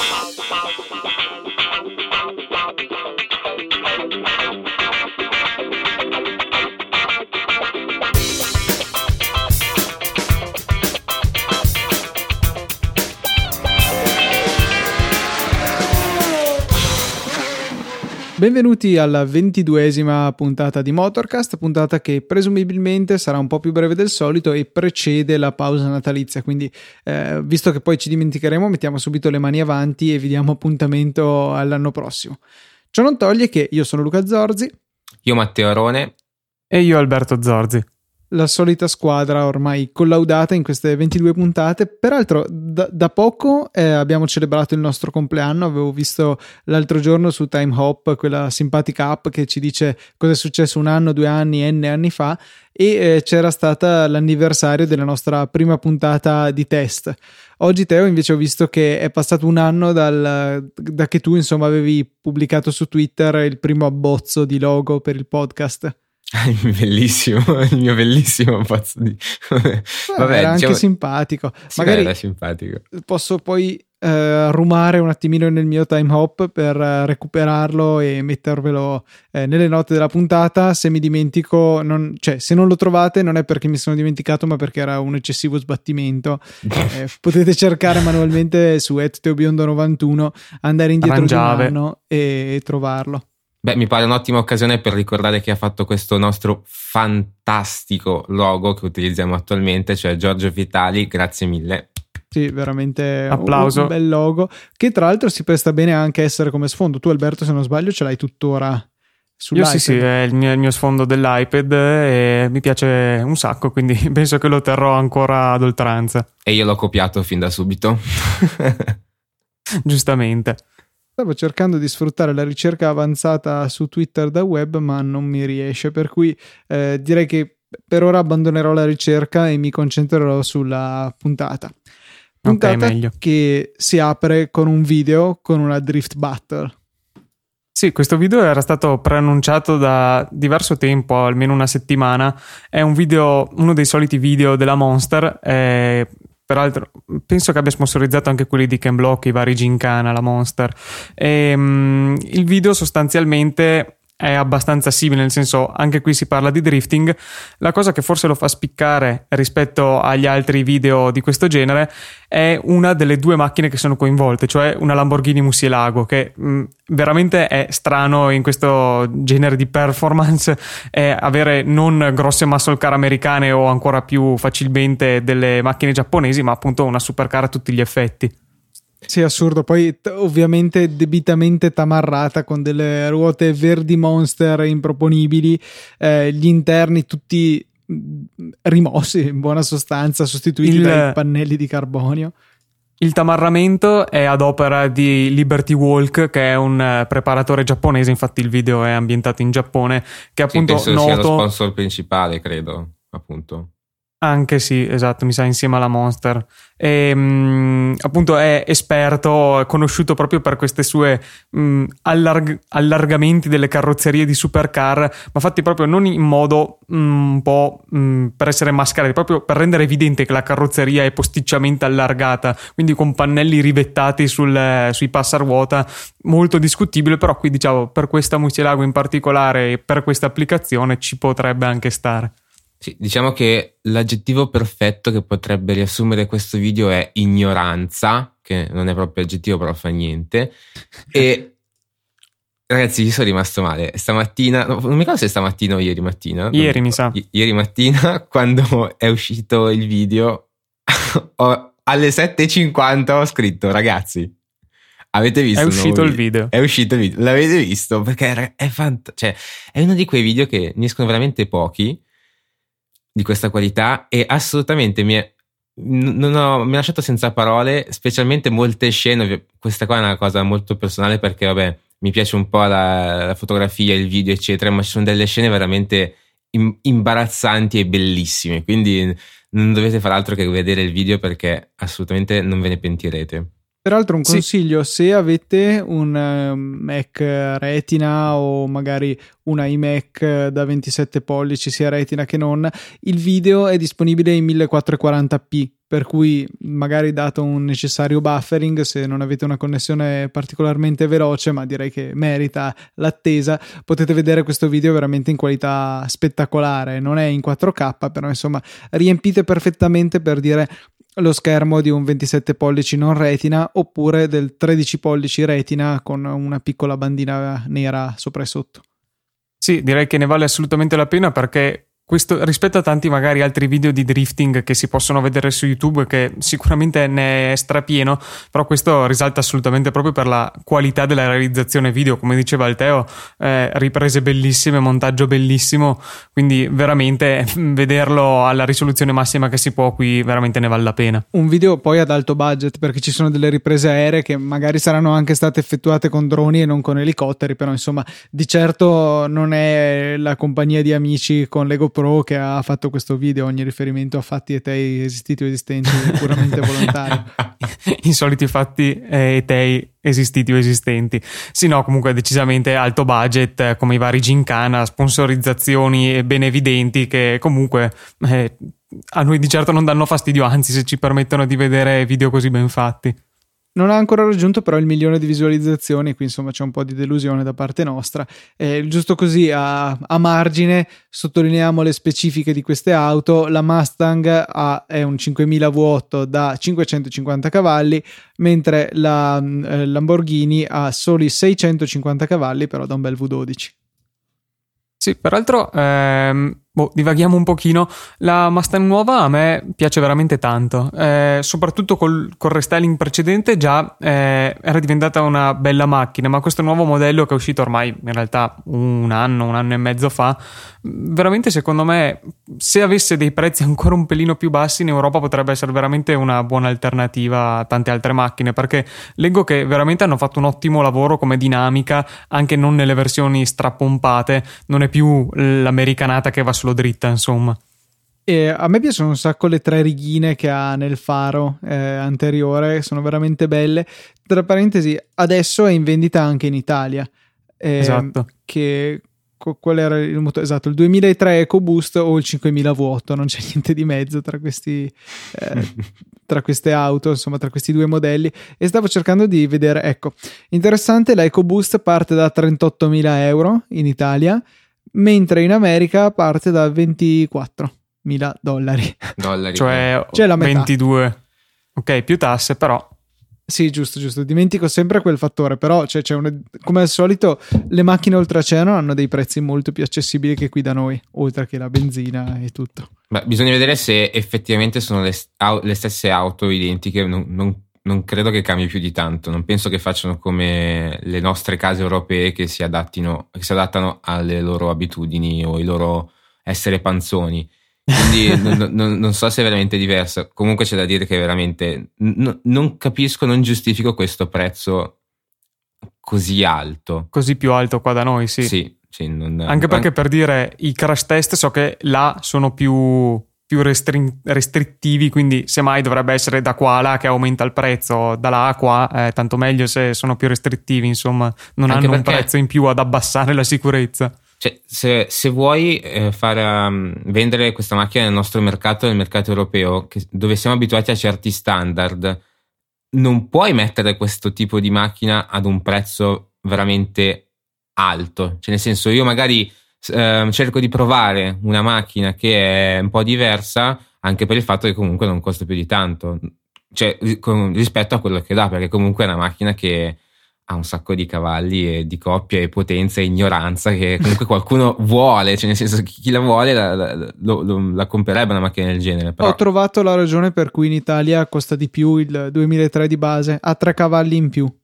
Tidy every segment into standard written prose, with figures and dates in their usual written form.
Benvenuti alla 22esima puntata di Motorcast, puntata che presumibilmente sarà un po' più breve del solito e precede la pausa natalizia, quindi visto che poi ci dimenticheremo, mettiamo subito le mani avanti e vi diamo appuntamento all'anno prossimo. Ciò non toglie che io sono Luca Zorzi, io Matteo Arone e io Alberto Zorzi. La solita squadra ormai collaudata in queste 22 puntate. Peraltro da poco abbiamo celebrato il nostro compleanno. Avevo visto l'altro giorno su Time Hop quella simpatica app che ci dice cosa è successo 1 anno, 2 anni, n anni fa, e c'era stata l'anniversario della nostra prima puntata di test. Oggi, Teo, invece ho visto che è passato 1 anno da che tu insomma avevi pubblicato su Twitter il primo abbozzo di logo per il podcast. Bellissimo, il mio bellissimo pazzo di... Vabbè, era anche simpatico. Sì, magari era simpatico. Posso poi rumare un attimino nel mio time hop per recuperarlo e mettervelo nelle note della puntata. Se mi dimentico, se non lo trovate non è perché mi sono dimenticato, ma perché era un eccessivo sbattimento. Potete cercare manualmente su @teobiondo91, andare indietro di un anno e trovarlo. Beh, mi pare un'ottima occasione per ricordare chi ha fatto questo nostro fantastico logo che utilizziamo attualmente, cioè Giorgio Vitali, grazie mille. Sì, veramente applauso. Un bel logo, che tra l'altro si presta bene anche a essere come sfondo. Tu, Alberto, se non sbaglio, ce l'hai tuttora sull'iPad. Io sì, è il mio sfondo dell'iPad e mi piace un sacco, quindi penso che lo terrò ancora ad oltranza. E io l'ho copiato fin da subito. Giustamente. Stavo cercando di sfruttare la ricerca avanzata su Twitter da web, ma non mi riesce, per cui direi che per ora abbandonerò la ricerca e mi concentrerò sulla puntata. Puntata che si apre con un video con una drift battle. Sì, questo video era stato preannunciato da diverso tempo, almeno 1 settimana. È un video, uno dei soliti video della Monster. Peraltro penso che abbia sponsorizzato anche quelli di Ken Block, i vari Gincana, la Monster. Il video sostanzialmente è abbastanza simile, nel senso anche qui si parla di drifting. La cosa che forse lo fa spiccare rispetto agli altri video di questo genere è una delle 2 macchine che sono coinvolte, cioè una Lamborghini Murcielago, che veramente è strano in questo genere di performance avere non grosse muscle car americane o ancora più facilmente delle macchine giapponesi, ma appunto una supercar a tutti gli effetti. Sì, assurdo. Poi ovviamente debitamente tamarrata con delle ruote verdi Monster improponibili, gli interni tutti rimossi in buona sostanza, sostituiti dai pannelli di carbonio. Il tamarramento è ad opera di Liberty Walk, che è un preparatore giapponese, infatti il video è ambientato in Giappone, che appunto penso sia lo sponsor principale, credo, appunto. Anche sì, esatto, mi sa insieme alla Monster. Appunto è esperto, è conosciuto proprio per queste sue allargamenti delle carrozzerie di supercar, ma fatti proprio non in modo un po' per essere mascherati, proprio per rendere evidente che la carrozzeria è posticciamente allargata, quindi con pannelli rivettati sui passaruota, molto discutibile, però qui diciamo per questa Murcielago in particolare e per questa applicazione ci potrebbe anche stare. Sì, diciamo che l'aggettivo perfetto che potrebbe riassumere questo video è ignoranza, che non è proprio aggettivo, però fa niente. E ragazzi, io sono rimasto male stamattina, non mi ricordo se stamattina o ieri mattina. Ieri mi sa. Ieri mattina, quando è uscito il video, alle 7:50 ho scritto: ragazzi, avete visto? È uscito il video. È uscito il video, l'avete visto? Perché è cioè, è uno di quei video che ne escono veramente pochi di questa qualità, e assolutamente mi ha lasciato senza parole, specialmente molte scene. Questa qua è una cosa molto personale perché vabbè, mi piace un po' la fotografia, il video eccetera, ma ci sono delle scene veramente imbarazzanti e bellissime, quindi non dovete fare altro che vedere il video perché assolutamente non ve ne pentirete. Peraltro un consiglio, se avete un Mac Retina o magari una iMac da 27 pollici sia Retina che non, il video è disponibile in 1440p, per cui magari dato un necessario buffering, se non avete una connessione particolarmente veloce, ma direi che merita l'attesa, potete vedere questo video veramente in qualità spettacolare. Non è in 4K, però insomma riempite perfettamente, per dire, lo schermo di un 27 pollici non Retina oppure del 13 pollici Retina con una piccola bandina nera sopra e sotto. Sì, direi che ne vale assolutamente la pena, perché questo, rispetto a tanti magari altri video di drifting che si possono vedere su YouTube, che sicuramente ne è strapieno, però questo risalta assolutamente proprio per la qualità della realizzazione video, come diceva il Teo, riprese bellissime, montaggio bellissimo, quindi veramente vederlo alla risoluzione massima che si può qui veramente ne vale la pena. Un video poi ad alto budget, perché ci sono delle riprese aeree che magari saranno anche state effettuate con droni e non con elicotteri, però insomma di certo non è la compagnia di amici con le GoPro che ha fatto questo video. Ogni riferimento a fatti etei esistiti o esistenti è puramente volontario. I soliti fatti etei esistiti o esistenti. Sì, no, comunque decisamente alto budget, come i vari gincana, sponsorizzazioni ben evidenti che comunque a noi di certo non danno fastidio, anzi, se ci permettono di vedere video così ben fatti. Non ha ancora raggiunto però il 1 milione di visualizzazioni, qui insomma c'è un po' di delusione da parte nostra. Giusto così a margine sottolineiamo le specifiche di queste auto. La Mustang è un 5000 V8 da 550 cavalli, mentre la Lamborghini ha soli 650 cavalli però da un bel V12. Sì, peraltro divaghiamo un pochino. La Mustang nuova a me piace veramente tanto, soprattutto col restyling precedente già era diventata una bella macchina, ma questo nuovo modello che è uscito ormai in realtà un anno e mezzo fa, veramente secondo me, se avesse dei prezzi ancora un pelino più bassi in Europa, potrebbe essere veramente una buona alternativa a tante altre macchine, perché leggo che veramente hanno fatto un ottimo lavoro come dinamica, anche non nelle versioni strapompate, non è più l'americanata che va solo dritta, insomma. E a me piacciono un sacco le 3 righine che ha nel faro anteriore, sono veramente belle. Tra parentesi, adesso è in vendita anche in Italia. Esatto. Qual era il motore? Esatto, il 2003 EcoBoost o il 5000 V8, non c'è niente di mezzo tra questi tra queste auto, insomma tra questi due modelli, e stavo cercando di vedere, ecco, interessante, la EcoBoost parte da 38.000 euro in Italia, mentre in America parte da $24.000. Cioè la metà. 22, ok, più tasse però. Sì, giusto, dimentico sempre quel fattore, però come al solito le macchine oltreoceano hanno dei prezzi molto più accessibili che qui da noi, oltre che la benzina e tutto. Beh, bisogna vedere se effettivamente sono le stesse auto identiche. Non credo che cambi più di tanto, non penso che facciano come le nostre case europee che si adattano alle loro abitudini o i loro essere panzoni. Quindi non so se è veramente diverso. Comunque c'è da dire che veramente non capisco, non giustifico questo prezzo così alto, così più alto qua da noi. Sì, anche perché, per dire, i crash test so che là sono più restrittivi, quindi semmai dovrebbe essere da qua a là che aumenta il prezzo, da là a qua tanto meglio se sono più restrittivi, insomma non anche hanno un prezzo in più ad abbassare la sicurezza. Cioè, se vuoi vendere questa macchina nel nostro mercato, nel mercato europeo, dove siamo abituati a certi standard, non puoi mettere questo tipo di macchina ad un prezzo veramente alto. Cioè, nel senso, io magari cerco di provare una macchina che è un po' diversa, anche per il fatto che comunque non costa più di tanto, cioè rispetto a quello che dà, perché comunque è una macchina che ha un sacco di cavalli e di coppia e potenza e ignoranza che comunque qualcuno vuole, cioè nel senso che chi la vuole la comprerebbe una macchina del genere. Però... Ho trovato la ragione per cui in Italia costa di più il 2003 di base, ha 3 cavalli in più.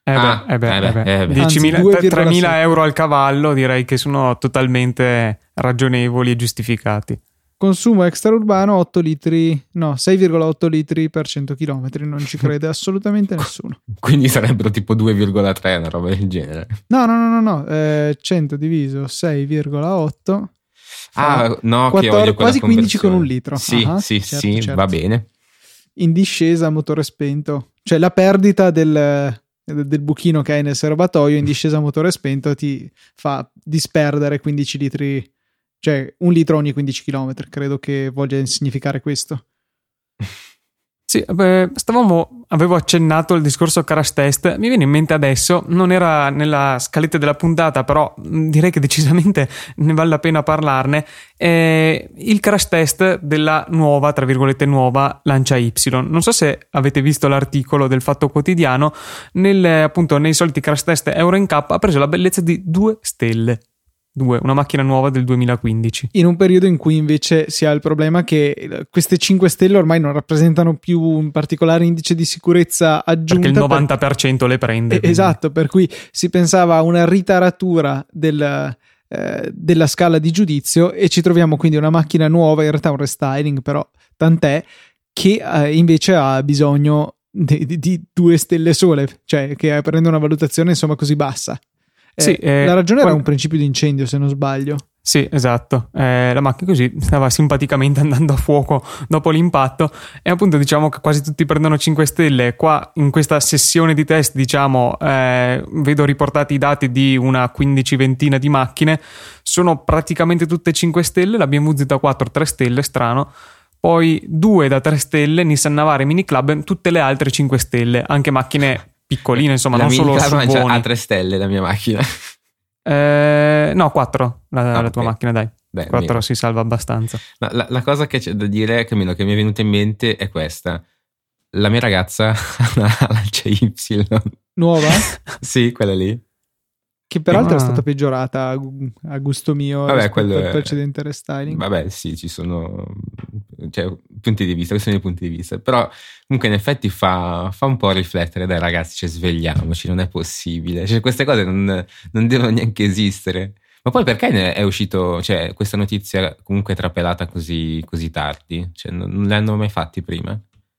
3.000 euro al cavallo direi che sono totalmente ragionevoli e giustificati. Consumo extraurbano 6,8 litri per 100 km, non ci crede assolutamente nessuno. Quindi sarebbero tipo 2,3, una roba del genere. No, 100 diviso 6,8 no, 14, che odio quasi 15 con un litro. Sì, certo. va bene. in discesa motore spento, cioè la perdita del buchino che hai nel serbatoio in discesa motore spento ti fa disperdere 15 litri, cioè 1 litro ogni 15 km, credo che voglia significare questo. Sì, avevo accennato il discorso crash test, mi viene in mente adesso, non era nella scaletta della puntata, però direi che decisamente ne vale la pena parlarne, il crash test della nuova, tra virgolette nuova, Lancia Y. Non so se avete visto l'articolo del Fatto Quotidiano, appunto nei soliti crash test Euro NCAP ha preso la bellezza di 2 stelle. Una macchina nuova del 2015. In un periodo in cui invece si ha il problema che queste 5 stelle ormai non rappresentano più un particolare indice di sicurezza aggiunta. Perché il 90% le prende. Esatto, per cui si pensava a una ritaratura della scala di giudizio e ci troviamo quindi una macchina nuova, in realtà un restyling, però tant'è, che invece ha bisogno di 2 stelle sole, cioè che prende una valutazione insomma così bassa. Sì, la ragione era un principio di incendio, se non sbaglio. Sì, esatto. La macchina così stava simpaticamente andando a fuoco dopo l'impatto e appunto diciamo che quasi tutti prendono 5 stelle. Qua in questa sessione di test diciamo vedo riportati i dati di una 15-20 di macchine, sono praticamente tutte 5 stelle, la BMW Z4 3 stelle, strano. Poi 2 da 3 stelle, Nissan Navara e Mini Club, tutte le altre 5 stelle, anche macchine piccoline, insomma, la non solo subbuoni. Ha 3 stelle la mia macchina. No, 4 la tua macchina, dai. 4 meno. si salva abbastanza. La cosa che c'è da dire, che mi è venuta in mente è questa: la mia ragazza ha una Lancia Y nuova? Sì, quella lì, che peraltro è stata peggiorata a gusto mio. Vabbè, rispetto al precedente restyling. Vabbè, sì, ci sono punti di vista, questi sono i punti di vista, però comunque in effetti fa un po' riflettere. Dai ragazzi, cioè, svegliamoci, non è possibile, cioè, queste cose non devono neanche esistere. Ma poi perché è uscito, cioè, questa notizia comunque trapelata così tardi? Cioè, non le hanno mai fatti prima?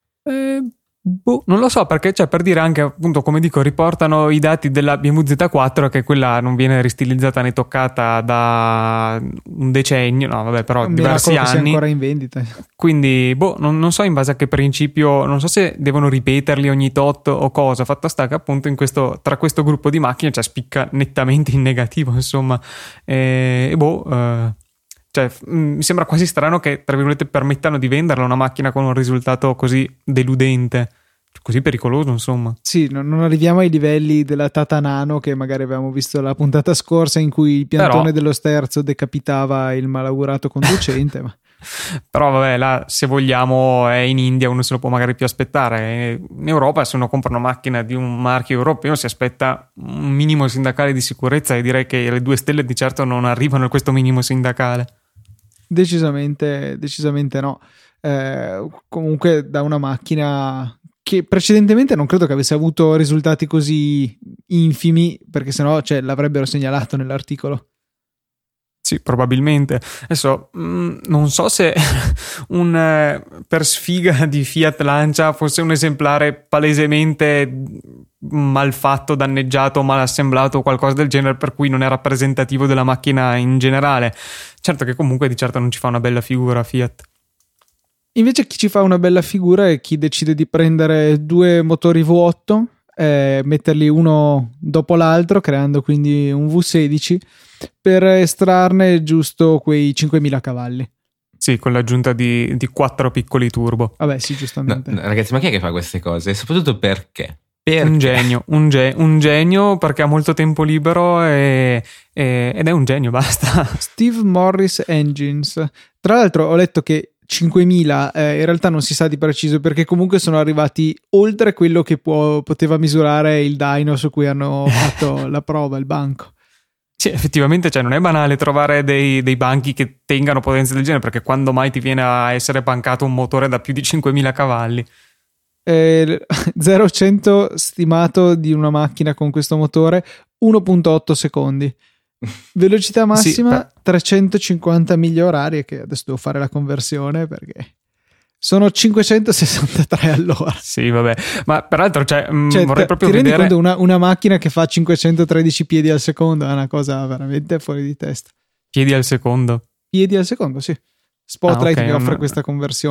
Non lo so, perché per dire anche, appunto, come dico, riportano i dati della BMW Z4, che quella non viene ristilizzata né toccata da un decennio, no vabbè, però diversi anni, sia ancora in vendita. Quindi non so in base a che principio, non so se devono ripeterli ogni tot o cosa. Fatto sta che appunto tra questo gruppo di macchine spicca nettamente in negativo, insomma, cioè, mi sembra quasi strano che, tra virgolette, permettano di venderla una macchina con un risultato così deludente, così pericoloso, insomma. Sì, non arriviamo ai livelli della Tata Nano che magari avevamo visto la puntata scorsa, in cui il piantone dello sterzo decapitava il malaugurato conducente. Ma... Però vabbè, là, se vogliamo, è in India, uno se lo può magari più aspettare. In Europa, se uno compra una macchina di un marchio europeo, si aspetta un minimo sindacale di sicurezza, e direi che le 2 stelle di certo non arrivano a questo minimo sindacale. Decisamente no. Comunque da una macchina che precedentemente non credo che avesse avuto risultati così infimi, perché sennò l'avrebbero segnalato nell'articolo. Sì, probabilmente. Adesso non so se per sfiga di Fiat Lancia fosse un esemplare palesemente malfatto, danneggiato, mal assemblato o qualcosa del genere, per cui non è rappresentativo della macchina in generale. Certo che comunque di certo non ci fa una bella figura Fiat. Invece chi ci fa una bella figura è chi decide di prendere 2 motori V8, metterli uno dopo l'altro, creando quindi un V16 per estrarne giusto quei 5.000 cavalli. Sì, con l'aggiunta di 4 piccoli turbo. Vabbè, sì, giustamente. No, ragazzi, ma chi è che fa queste cose? E soprattutto perché? Un genio perché ha molto tempo libero ed è un genio, basta. Steve Morris Engines. Tra l'altro ho letto che 5.000 in realtà non si sa di preciso, perché comunque sono arrivati oltre quello che poteva misurare il dyno su cui hanno fatto la prova, il banco. Sì, effettivamente, non è banale trovare dei banchi che tengano potenza del genere, perché quando mai ti viene a essere bancato un motore da più di 5.000 cavalli? 0-100 stimato di una macchina con questo motore 1.8 secondi. Velocità massima 350 miglia orarie, che adesso devo fare la conversione perché sono 563 all'ora. Sì, vabbè, ma peraltro vorrei proprio ti vedere... rendi conto una macchina che fa 513 piedi al secondo è una cosa veramente fuori di testa. Piedi al secondo? Piedi al secondo, sì. Spotlight che offre questa conversione.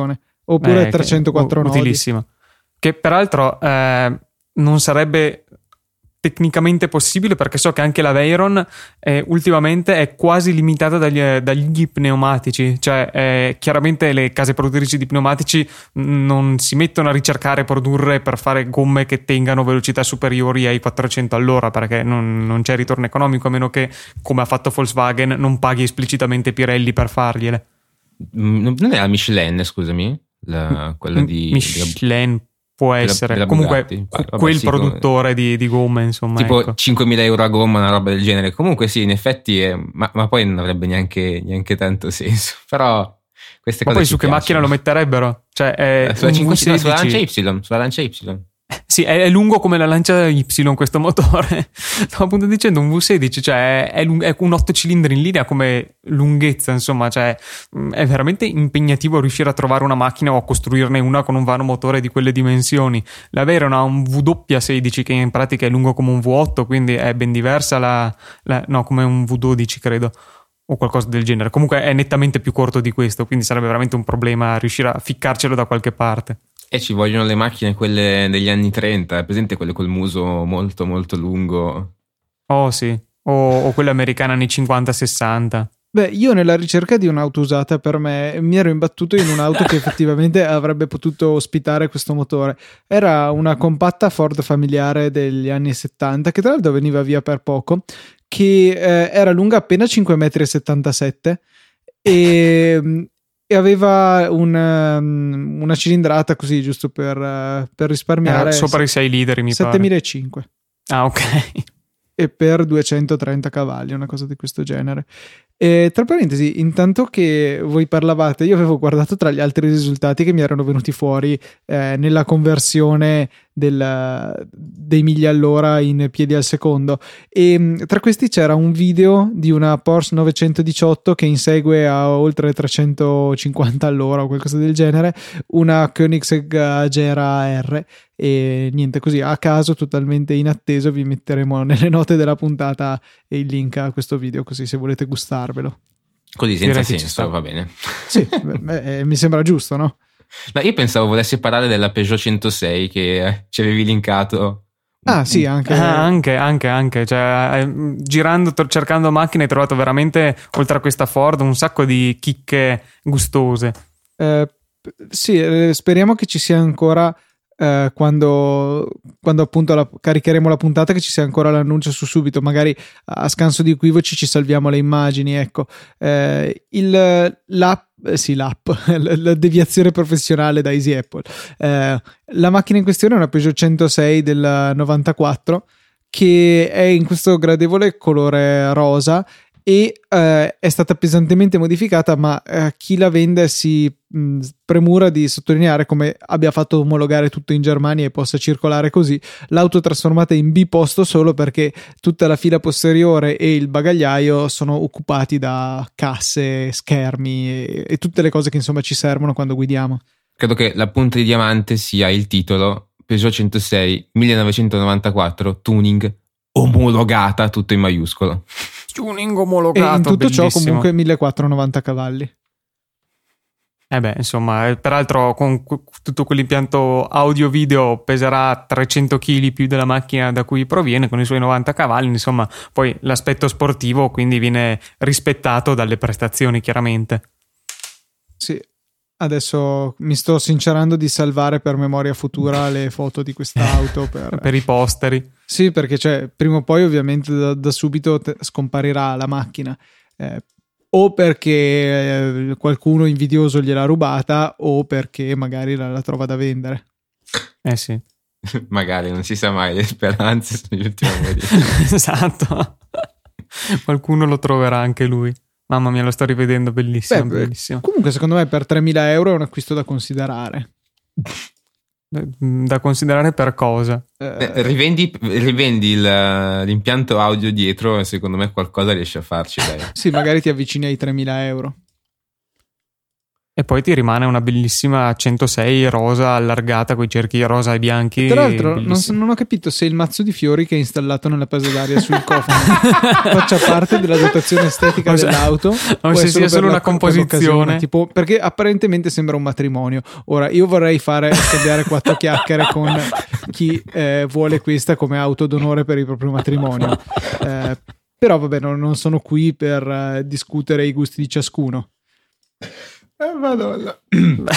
Oppure 304 nodi. Utilissima. Che peraltro non sarebbe tecnicamente possibile, perché so che anche la Veyron ultimamente è quasi limitata dagli pneumatici, cioè chiaramente le case produttrici di pneumatici non si mettono a ricercare e produrre per fare gomme che tengano velocità superiori ai 400 all'ora, perché non c'è ritorno economico, a meno che, come ha fatto Volkswagen, non paghi esplicitamente Pirelli per fargliele. Non è la Michelin, scusami, quella di Michelin. Può essere della comunque Bugatti. quel produttore di gomme, insomma, tipo ecco. 5.000 euro a gomma, una roba del genere. Comunque sì, in effetti ma poi non avrebbe neanche tanto senso. Però queste cose poi su che piacciono. macchina lo metterebbero? Cioè sulla V16. Sulla Lancia Y. Sì, è lungo come la Lancia Y questo motore. Stavo appunto dicendo un V16, cioè è un 8 cilindri in linea come lunghezza, insomma, cioè è veramente impegnativo riuscire a trovare una macchina o a costruirne una con un vano motore di quelle dimensioni. La Veyron ha un W16 che in pratica è lungo come un V8, quindi è ben diversa no, come un V12 credo, o qualcosa del genere. Comunque è nettamente più corto di questo, quindi sarebbe veramente un problema riuscire a ficcarcelo da qualche parte. E ci vogliono le macchine, quelle degli anni 30, è presente quelle col muso molto molto lungo? Oh sì, o quelle americane anni 50-60. Beh, io nella ricerca di un'auto usata per me mi ero imbattuto in un'auto che effettivamente avrebbe potuto ospitare questo motore. Era una compatta Ford familiare degli anni 70, che tra l'altro veniva via per poco, che era lunga appena 5,77 m e aveva una cilindrata così, giusto per risparmiare. Era sopra i 6 litri, mi pare. 7.500. Ah, ok. E per 230 cavalli, una cosa di questo genere. E tra parentesi, intanto che voi parlavate, io avevo guardato tra gli altri risultati che mi erano venuti fuori nella conversione dei miglia all'ora in piedi al secondo, e tra questi c'era un video di una Porsche 918 che insegue a oltre 350 all'ora o qualcosa del genere una Koenigsegg Agera R. E niente, così a caso, totalmente inatteso, vi metteremo nelle note della puntata il link a questo video, così se volete gustarvelo. Così senza senso, va bene. Sì, mi sembra giusto, no? No, io pensavo volessi parlare della Peugeot 106 che ci avevi linkato. Ah sì, anche. Cioè, girando, cercando macchine, hai trovato veramente, oltre a questa Ford, un sacco di chicche gustose. Sì, speriamo che ci sia ancora quando appunto caricheremo la puntata, che ci sia ancora l'annuncio su Subito, magari a scanso di equivoci ci salviamo le immagini, ecco. L'app, la deviazione professionale da Easy Apple. La macchina in questione è una Peugeot 106 del 94 che è in questo gradevole colore rosa e è stata pesantemente modificata, ma chi la vende si premura di sottolineare come abbia fatto omologare tutto in Germania e possa circolare così. L'auto trasformata in biposto solo perché tutta la fila posteriore e il bagagliaio sono occupati da casse, schermi e tutte le cose che insomma ci servono quando guidiamo. Credo che la punta di diamante sia il titolo: Peugeot 106 1994 tuning omologata, tutto in maiuscolo. Tuning omologato, e in tutto bellissimo. ciò comunque 1490 cavalli. Insomma, peraltro con tutto quell'impianto audio-video peserà 300 kg più della macchina da cui proviene, con i suoi 90 cavalli, insomma, poi l'aspetto sportivo quindi viene rispettato dalle prestazioni, chiaramente. Sì, adesso mi sto sincerando di salvare per memoria futura le foto di quest'auto per i posteri. Sì, perché cioè, prima o poi ovviamente da subito scomparirà la macchina, o perché qualcuno invidioso gliel'ha rubata o perché magari la trova da vendere. Sì. Magari, non si sa mai, le speranze sono gli ultimi a morire. Esatto. Qualcuno lo troverà anche lui. Mamma mia, lo sto rivedendo, bellissimo, bellissimo. Comunque secondo me per 3.000 euro è un acquisto da considerare. Da considerare per cosa? Rivendi l'impianto audio dietro e secondo me qualcosa riesci a farci, dai. Sì, magari ti avvicini ai 3.000 euro. E poi ti rimane una bellissima 106 rosa allargata con i cerchi rosa e bianchi. Tra l'altro non ho capito se il mazzo di fiori che è installato nella presa d'aria sul cofano faccia parte della dotazione estetica dell'auto o se sia solo una composizione, tipo, perché apparentemente sembra un matrimonio. Ora io vorrei scambiare 4 chiacchiere con chi vuole questa come auto d'onore per il proprio matrimonio, però vabbè, non sono qui per discutere i gusti di ciascuno. Madonna.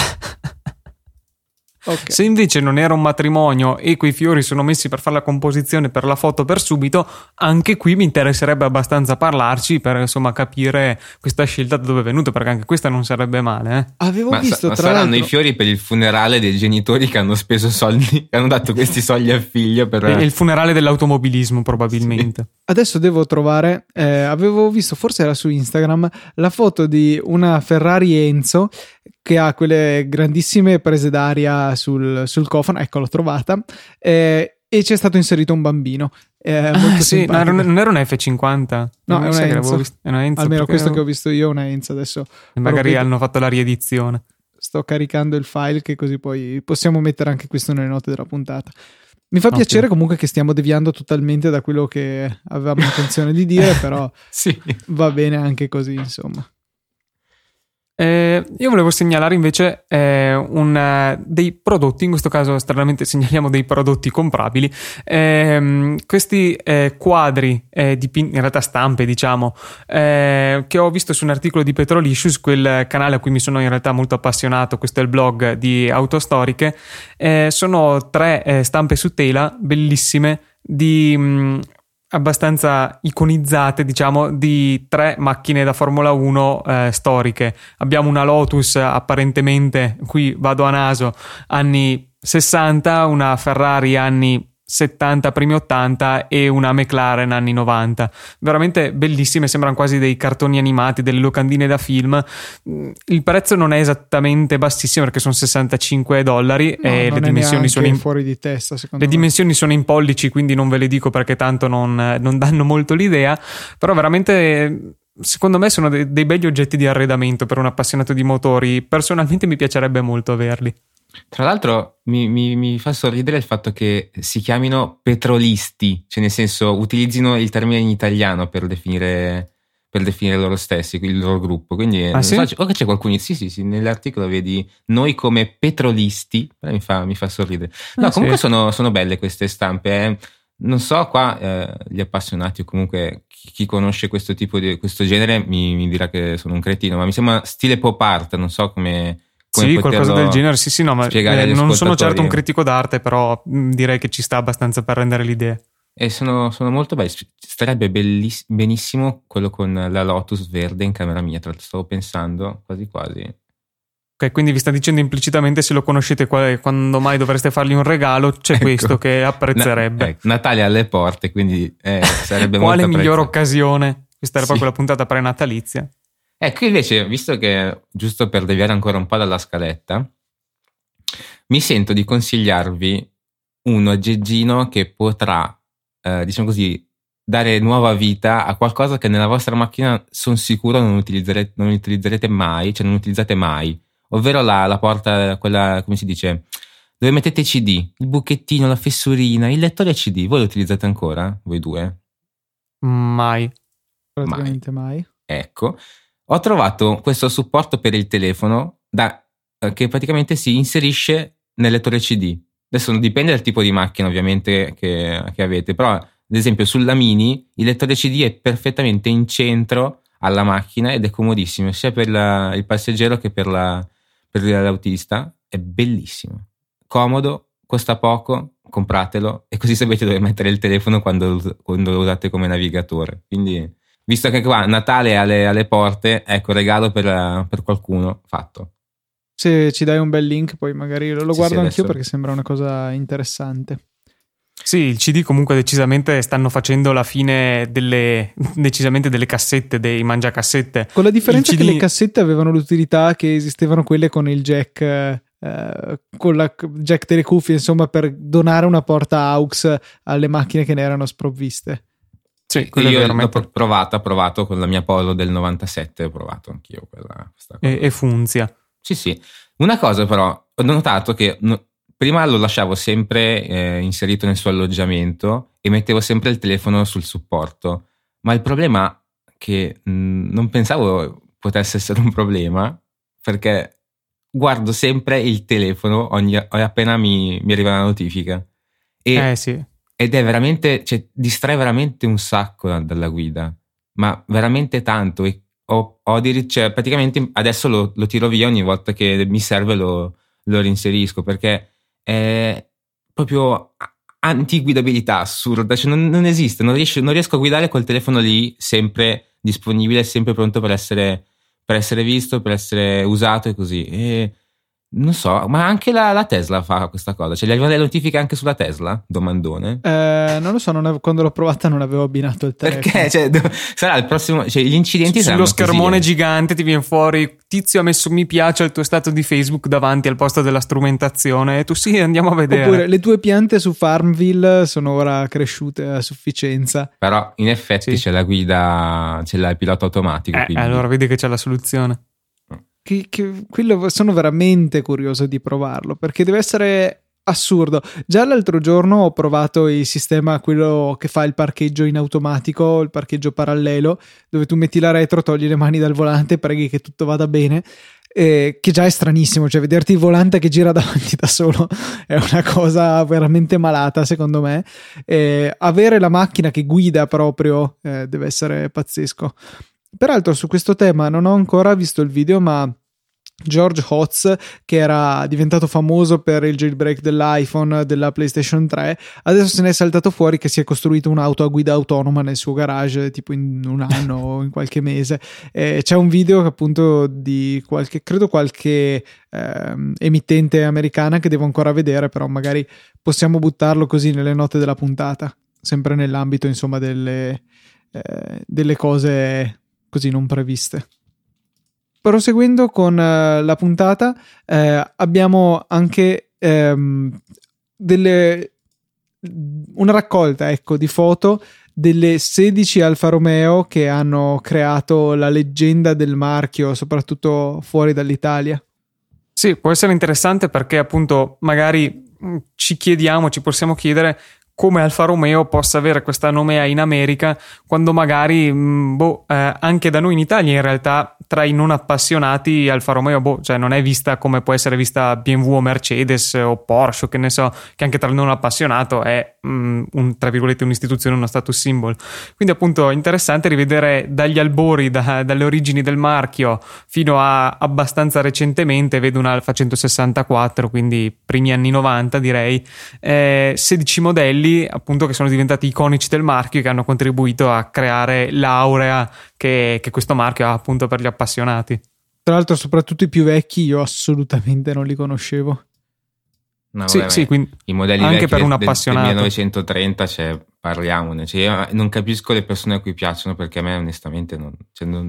Okay. Se invece non era un matrimonio e quei fiori sono messi per fare la composizione per la foto per subito, anche qui mi interesserebbe abbastanza parlarci per insomma capire questa scelta da dove è venuta, perché anche questa non sarebbe male. Avevo visto tra saranno l'altro i fiori per il funerale dei genitori che hanno speso soldi, che hanno dato questi soldi al figlio per il funerale dell'automobilismo probabilmente. Sì. Adesso devo trovare, avevo visto, forse era su Instagram, la foto di una Ferrari Enzo che ha quelle grandissime prese d'aria sul cofano. Ecco, l'ho trovata, e c'è stato inserito un bambino, molto sì, no, simpatico. non era una F50, no, è una Enzo, almeno questo che ho visto io è una Enzo. Adesso magari hanno fatto la riedizione. Sto caricando il file, che così poi possiamo mettere anche questo nelle note della puntata. Mi fa piacere comunque che stiamo deviando totalmente da quello che avevamo intenzione di dire, però sì, va bene anche così, insomma. Io volevo segnalare invece dei prodotti, in questo caso stranamente segnaliamo dei prodotti comprabili, questi quadri in realtà stampe, diciamo, che ho visto su un articolo di Petrolicious, quel canale a cui mi sono in realtà molto appassionato. Questo è il blog di Autostoriche. Sono 3 stampe su tela bellissime abbastanza iconizzate, diciamo, di 3 macchine da Formula 1 storiche. Abbiamo una Lotus, apparentemente, qui vado a naso, anni 60, una Ferrari anni 70, primi 80 e una McLaren anni 90. Veramente bellissime, sembrano quasi dei cartoni animati, delle locandine da film. Il prezzo non è esattamente bassissimo perché sono $65 e le dimensioni sono fuori di testa, secondo me. Dimensioni sono in pollici, quindi non ve le dico perché tanto non danno molto l'idea, però veramente secondo me sono dei begli oggetti di arredamento per un appassionato di motori. Personalmente mi piacerebbe molto averli. Tra l'altro mi fa sorridere il fatto che si chiamino petrolisti, cioè nel senso utilizzino il termine in italiano per definire loro stessi, il loro gruppo. Quindi sì? O che c'è qualcuno, sì, nell'articolo vedi noi come petrolisti, mi fa sorridere. No, comunque sì. sono belle queste stampe. Non so qua gli appassionati o comunque chi conosce questo tipo di questo genere mi dirà che sono un cretino, ma mi sembra stile pop art, non so come sì, qualcosa del genere, sì, no, ma non sono certo un critico d'arte, però direi che ci sta abbastanza per rendere l'idea. E sono molto belli. Starebbe benissimo quello con la Lotus verde in camera mia, tra l'altro stavo pensando quasi. Ok, quindi vi sta dicendo implicitamente, se lo conoscete quando mai dovreste fargli un regalo, c'è ecco, questo che apprezzerebbe. Natale alle porte, quindi sarebbe quale molto miglior occasione? Questa era sì. proprio la puntata pre-natalizia. Ecco, invece, visto che, giusto per deviare ancora un po' dalla scaletta, mi sento di consigliarvi un aggeggino che potrà, diciamo così, dare nuova vita a qualcosa che nella vostra macchina sono sicuro non utilizzerete mai, cioè non utilizzate mai, ovvero la porta, quella, come si dice, dove mettete CD, il buchettino, la fessurina, il lettore CD. Voi lo utilizzate ancora? Voi due? Mai. Praticamente mai. Ecco. Ho trovato questo supporto per il telefono che praticamente si inserisce nel lettore CD. Adesso non dipende dal tipo di macchina ovviamente che avete, però ad esempio sulla Mini il lettore CD è perfettamente in centro alla macchina ed è comodissimo sia per il passeggero che per l'autista. È bellissimo, comodo, costa poco, compratelo e così sapete dove mettere il telefono quando lo usate come navigatore. Quindi, visto che qua Natale è alle porte, ecco, regalo per qualcuno fatto. Se ci dai un bel link poi magari lo guardo anch'io, adesso, perché sembra una cosa interessante. Sì, il CD comunque decisamente stanno facendo la fine delle cassette, dei mangiacassette. Con la differenza che le cassette avevano l'utilità che esistevano quelle con il jack, con la jack delle cuffie, insomma, per donare una porta AUX alle macchine che ne erano sprovviste. Sì, io l'ho provato con la mia Polo del 97, ho provato anch'io questa cosa. E funziona. Sì. Una cosa però, ho notato che prima lo lasciavo sempre inserito nel suo alloggiamento e mettevo sempre il telefono sul supporto, ma il problema che non pensavo potesse essere un problema, perché guardo sempre il telefono appena mi arriva la notifica. Sì. Ed è veramente, cioè, distrae veramente un sacco dalla guida, ma veramente tanto. E cioè, praticamente adesso lo tiro via ogni volta che mi serve, lo reinserisco, perché è proprio antiguidabilità assurda, cioè non esiste, non riesco a guidare col telefono lì sempre disponibile, sempre pronto per essere visto, per essere usato e così. E non so, ma anche la Tesla fa questa cosa, cioè gli arrivano le notifiche anche sulla Tesla? Domandone. Non lo so, quando l'ho provata non avevo abbinato il telefono. Perché? Cioè, sarà il prossimo, cioè gli incidenti sullo schermone così, gigante ti viene fuori: Tizio ha messo mi piace al tuo stato di Facebook davanti al posto della strumentazione, e tu sì, andiamo a vedere. Oppure le tue piante su Farmville sono ora cresciute a sufficienza. Però in effetti c'è la guida, c'è il pilota automatico, quindi. Allora vedi che c'è la soluzione. Quello sono veramente curioso di provarlo, perché deve essere assurdo. Già l'altro giorno ho provato il sistema, quello che fa il parcheggio in automatico, il parcheggio parallelo, dove tu metti la retro, togli le mani dal volante e preghi che tutto vada bene, che già è stranissimo, cioè vederti il volante che gira davanti da solo è una cosa veramente malata secondo me. Avere la macchina che guida proprio deve essere pazzesco. Peraltro su questo tema non ho ancora visto il video, ma George Hotz, che era diventato famoso per il jailbreak dell'iPhone, della PlayStation 3, adesso se ne è saltato fuori che si è costruito un'auto a guida autonoma nel suo garage tipo in un anno o in qualche mese. C'è un video che appunto di qualche emittente americana che devo ancora vedere, però magari possiamo buttarlo così nelle note della puntata, sempre nell'ambito insomma delle cose così non previste. Proseguendo con la puntata, abbiamo anche una raccolta, ecco, di foto delle 16 Alfa Romeo che hanno creato la leggenda del marchio, soprattutto fuori dall'Italia. Sì, può essere interessante perché appunto magari ci possiamo chiedere come Alfa Romeo possa avere questa nomea in America, quando magari anche da noi in Italia in realtà tra i non appassionati Alfa Romeo cioè non è vista come può essere vista BMW o Mercedes o Porsche, che ne so, che anche tra il non appassionato è tra virgolette un'istituzione, uno status symbol. Quindi appunto è interessante rivedere dagli albori, dalle origini del marchio fino a abbastanza recentemente. Vedo un Alfa 164, quindi primi anni 90 direi, 16 modelli appunto che sono diventati iconici del marchio e che hanno contribuito a creare l'aurea che questo marchio ha appunto per gli appassionati. Tra l'altro soprattutto i più vecchi io assolutamente non li conoscevo. No, sì, quindi i modelli anche vecchi per un del appassionato 1930, cioè, parliamone, cioè, io non capisco le persone a cui piacciono, perché a me onestamente non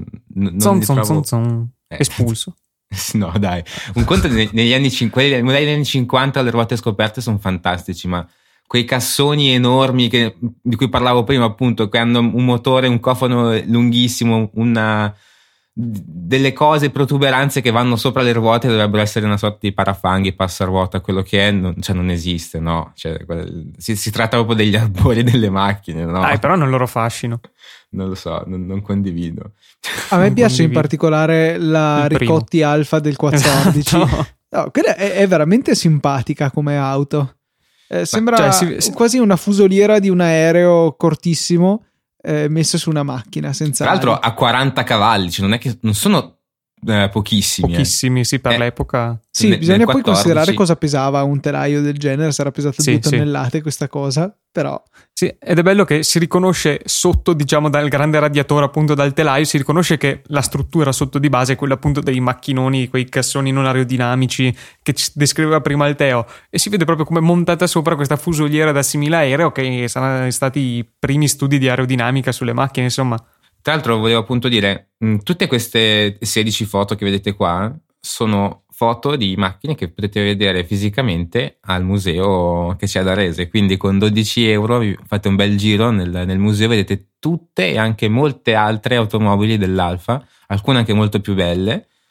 espulso. No dai, un conto negli anni 50, i modelli degli anni 50 le ruote scoperte sono fantastici, ma quei cassoni enormi di cui parlavo prima, appunto, che hanno un motore, un cofano lunghissimo, delle cose, protuberanze che vanno sopra le ruote, dovrebbero essere una sorta di parafanghi, passaruota, quello che è, non esiste, no? Cioè, si tratta proprio degli arbori delle macchine, no? Però non loro fascino. Non lo so, non condivido. A me piace in particolare la Ricotti Alfa del 14. No, quella è veramente simpatica come auto. Sembra quasi una fusoliera di un aereo cortissimo messo su una macchina senza. Tra l'altro ha 40 cavalli, cioè non sono pochissimi, sì, per l'epoca. Sì, bisogna poi considerare cosa pesava un telaio del genere, sarà pesato 2 tonnellate questa cosa, però. Sì, ed è bello che si riconosce sotto, diciamo, dal grande radiatore, appunto dal telaio, si riconosce che la struttura sotto di base è quella appunto dei macchinoni, quei cassoni non aerodinamici che ci descriveva prima il Teo, e si vede proprio come montata sopra questa fusoliera da simile aereo, che saranno stati i primi studi di aerodinamica sulle macchine, insomma. Tra l'altro volevo appunto dire, tutte queste 16 foto che vedete qua sono foto di macchine che potete vedere fisicamente al museo che c'è ad Arese, quindi con 12 euro vi fate un bel giro nel museo, vedete tutte e anche molte altre automobili dell'Alfa, alcune anche molto più belle,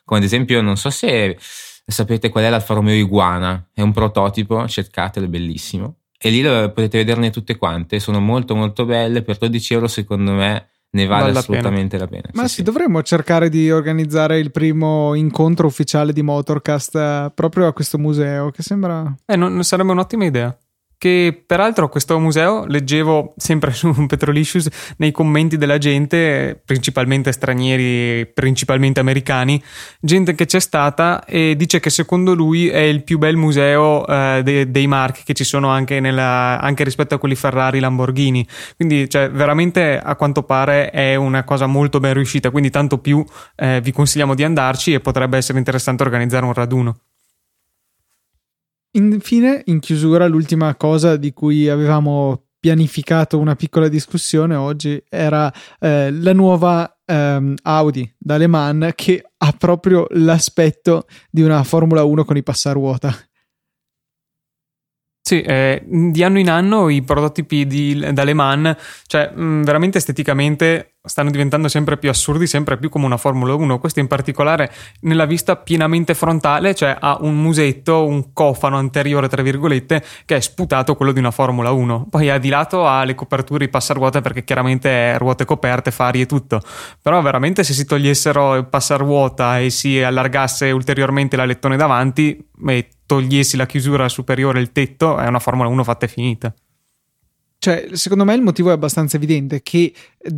come ad esempio, non so se sapete qual è l'Alfa Romeo Iguana, è un prototipo, cercatelo, è bellissimo, e lì potete vederne tutte quante, sono molto molto belle, per 12 euro secondo me ne vale assolutamente la pena. Ma sì, dovremmo cercare di organizzare il primo incontro ufficiale di Motorcast proprio a questo museo, che sembra... non sarebbe un'ottima idea. Che peraltro questo museo, leggevo sempre su Petrolicious nei commenti della gente, principalmente stranieri, principalmente americani, gente che c'è stata e dice che secondo lui è il più bel museo dei marchi che ci sono anche rispetto a quelli Ferrari, Lamborghini, quindi cioè, veramente a quanto pare è una cosa molto ben riuscita, quindi tanto più vi consigliamo di andarci e potrebbe essere interessante organizzare un raduno. Infine, in chiusura, l'ultima cosa di cui avevamo pianificato una piccola discussione oggi era la nuova Audi da Le Mans, che ha proprio l'aspetto di una Formula 1 con i passaruota. Sì, di anno in anno i prototipi da Le Mans, cioè veramente esteticamente stanno diventando sempre più assurdi, sempre più come una Formula 1. Questo in particolare nella vista pienamente frontale, cioè ha un musetto, un cofano anteriore tra virgolette che è sputato quello di una Formula 1. Poi di lato ha le coperture, i passaruota, perché chiaramente è ruote coperte, fari e tutto, però veramente se si togliessero il passaruota e si allargasse ulteriormente l'alettone davanti e togliessi la chiusura superiore, il tetto, è una Formula 1 fatta e finita. Cioè, secondo me il motivo è abbastanza evidente, che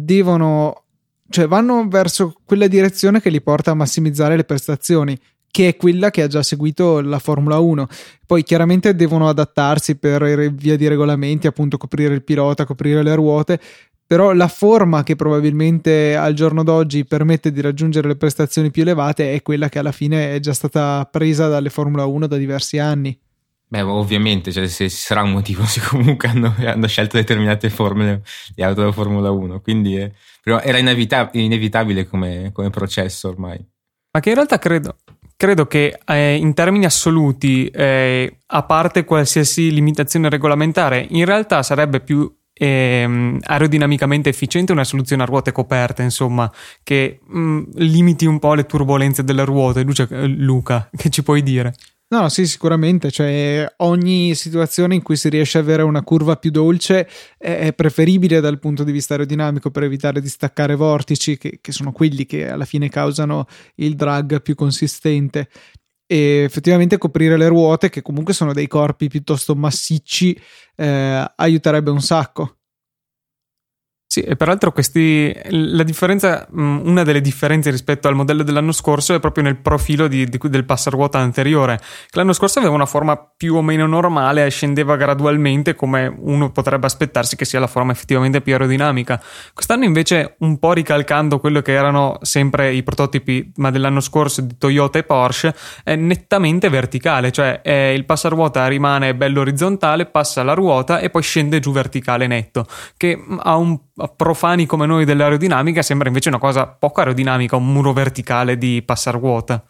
vanno verso quella direzione che li porta a massimizzare le prestazioni, che è quella che ha già seguito la Formula 1. Poi chiaramente devono adattarsi per via di regolamenti, appunto coprire il pilota, coprire le ruote, però la forma che probabilmente al giorno d'oggi permette di raggiungere le prestazioni più elevate è quella che alla fine è già stata presa dalle Formula 1 da diversi anni. Beh, ovviamente, cioè, se ci sarà un motivo, se comunque hanno scelto determinate formule di auto da Formula 1, quindi però era inevitabile come processo ormai. Ma che in realtà credo che in termini assoluti, a parte qualsiasi limitazione regolamentare, in realtà sarebbe più aerodinamicamente efficiente una soluzione a ruote coperte, insomma, che limiti un po' le turbolenze delle ruote. Luca, che ci puoi dire? No, sì, sicuramente, cioè ogni situazione in cui si riesce ad avere una curva più dolce è preferibile dal punto di vista aerodinamico, per evitare di staccare vortici che sono quelli che alla fine causano il drag più consistente. E effettivamente coprire le ruote, che comunque sono dei corpi piuttosto massicci, aiuterebbe un sacco. Sì, e peraltro la differenza, una delle differenze rispetto al modello dell'anno scorso è proprio nel profilo del passaruota anteriore, che l'anno scorso aveva una forma più o meno normale e scendeva gradualmente, come uno potrebbe aspettarsi che sia la forma effettivamente più aerodinamica. Quest'anno invece, un po' ricalcando quello che erano sempre i prototipi ma dell'anno scorso di Toyota e Porsche, è nettamente verticale, cioè il passaruota rimane bello orizzontale, passa la ruota e poi scende giù verticale netto, che a profani come noi dell'aerodinamica sembra invece una cosa poco aerodinamica, un muro verticale di passaruota.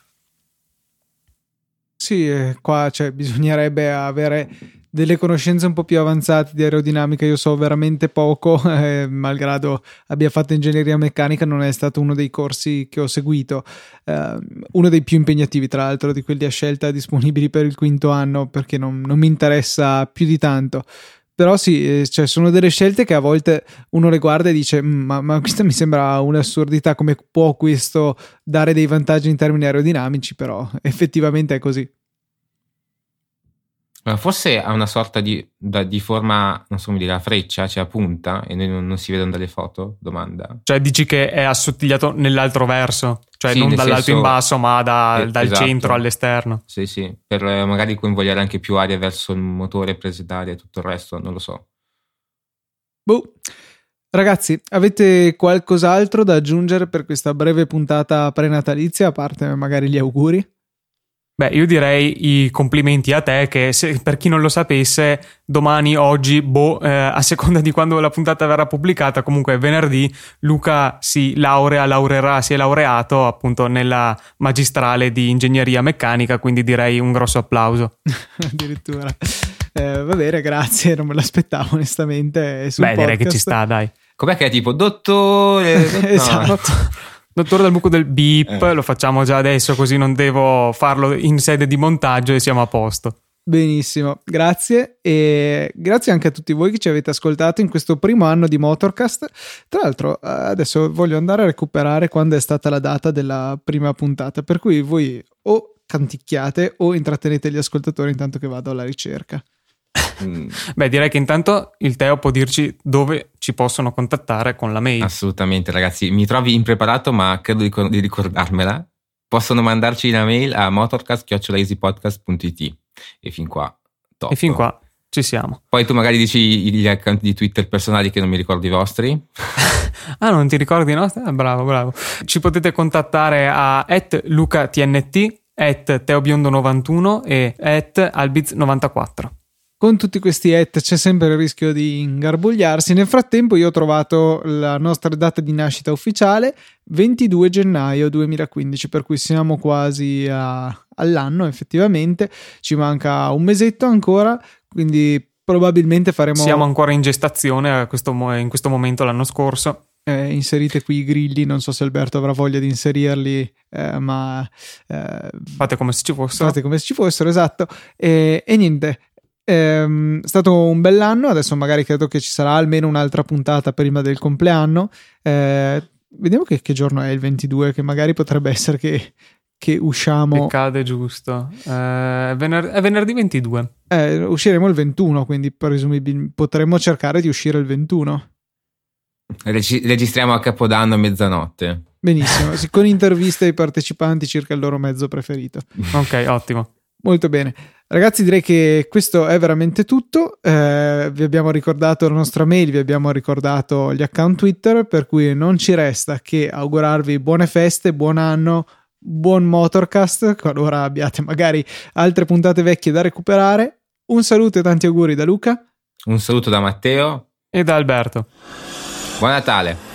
Sì, qua bisognerebbe avere delle conoscenze un po' più avanzate di aerodinamica. Io so veramente poco, malgrado abbia fatto ingegneria meccanica, non è stato uno dei corsi che ho seguito, uno dei più impegnativi tra l'altro di quelli a scelta disponibili per il quinto anno, perché non mi interessa più di tanto. Però sì, cioè sono delle scelte che a volte uno le guarda e dice ma questa mi sembra un'assurdità, come può questo dare dei vantaggi in termini aerodinamici, però effettivamente è così. Forse ha una sorta di forma, non so come dire, a freccia, cioè a punta, e noi non si vedono dalle foto? Domanda. Cioè dici che è assottigliato nell'altro verso, cioè sì, non dall'alto in basso, ma dal esatto. Centro all'esterno. Sì, per magari coinvolgere anche più aria verso il motore, prese d'aria e tutto il resto, non lo so. Ragazzi, avete qualcos'altro da aggiungere per questa breve puntata prenatalizia, a parte magari gli auguri? Beh, io direi i complimenti a te, che per chi non lo sapesse, domani, oggi, a seconda di quando la puntata verrà pubblicata, comunque venerdì, Luca si è laureato appunto nella magistrale di ingegneria meccanica, quindi direi un grosso applauso. Addirittura. Va bene, grazie, non me l'aspettavo onestamente. Direi che ci sta, dai. Com'è che è tipo dottore? Esatto. Dottore Dal buco del beep, lo facciamo già adesso, così non devo farlo in sede di montaggio e siamo a posto. Benissimo, grazie, e grazie anche a tutti voi che ci avete ascoltato in questo primo anno di Motorcast. Tra l'altro adesso voglio andare a recuperare quando è stata la data della prima puntata, per cui voi o canticchiate o intrattenete gli ascoltatori intanto che vado alla ricerca. Beh, direi che intanto il Teo può dirci dove ci possono contattare con la mail. Assolutamente, ragazzi, mi trovi impreparato ma credo di ricordarmela. Possono mandarci una mail a motorcast@easypodcast.it. E fin qua top. E fin qua ci siamo. Poi tu magari dici gli account di Twitter personali che non mi ricordo i vostri. Ah, non ti ricordi i nostri? Bravo. Ci potete contattare a @lucatnt, @teobiondo91 e @albiz94. Con tutti questi c'è sempre il rischio di ingarbugliarsi. Nel frattempo io ho trovato la nostra data di nascita ufficiale, 22 gennaio 2015, per cui siamo quasi all'anno effettivamente, ci manca un mesetto ancora, quindi probabilmente faremo... Siamo ancora in gestazione in questo momento l'anno scorso. Inserite qui i grilli, non so se Alberto avrà voglia di inserirli, ma... fate come se ci fossero. Esatto. E niente... È stato un bell'anno, adesso magari credo che ci sarà almeno un'altra puntata prima del compleanno. Vediamo che giorno è il 22, che magari potrebbe essere che usciamo. Che cade giusto. È venerdì 22. Usciremo il 21, quindi presumibilmente potremmo cercare di uscire il 21. Registriamo a Capodanno a mezzanotte. Benissimo, con interviste ai partecipanti circa il loro mezzo preferito. Ok, ottimo. Molto bene. Ragazzi, direi che questo è veramente tutto. Vi abbiamo ricordato la nostra mail, vi abbiamo ricordato gli account Twitter, per cui non ci resta che augurarvi buone feste, buon anno, buon Motorcast, qualora abbiate magari altre puntate vecchie da recuperare. Un saluto e tanti auguri da Luca. Un saluto da Matteo. E da Alberto. Buon Natale.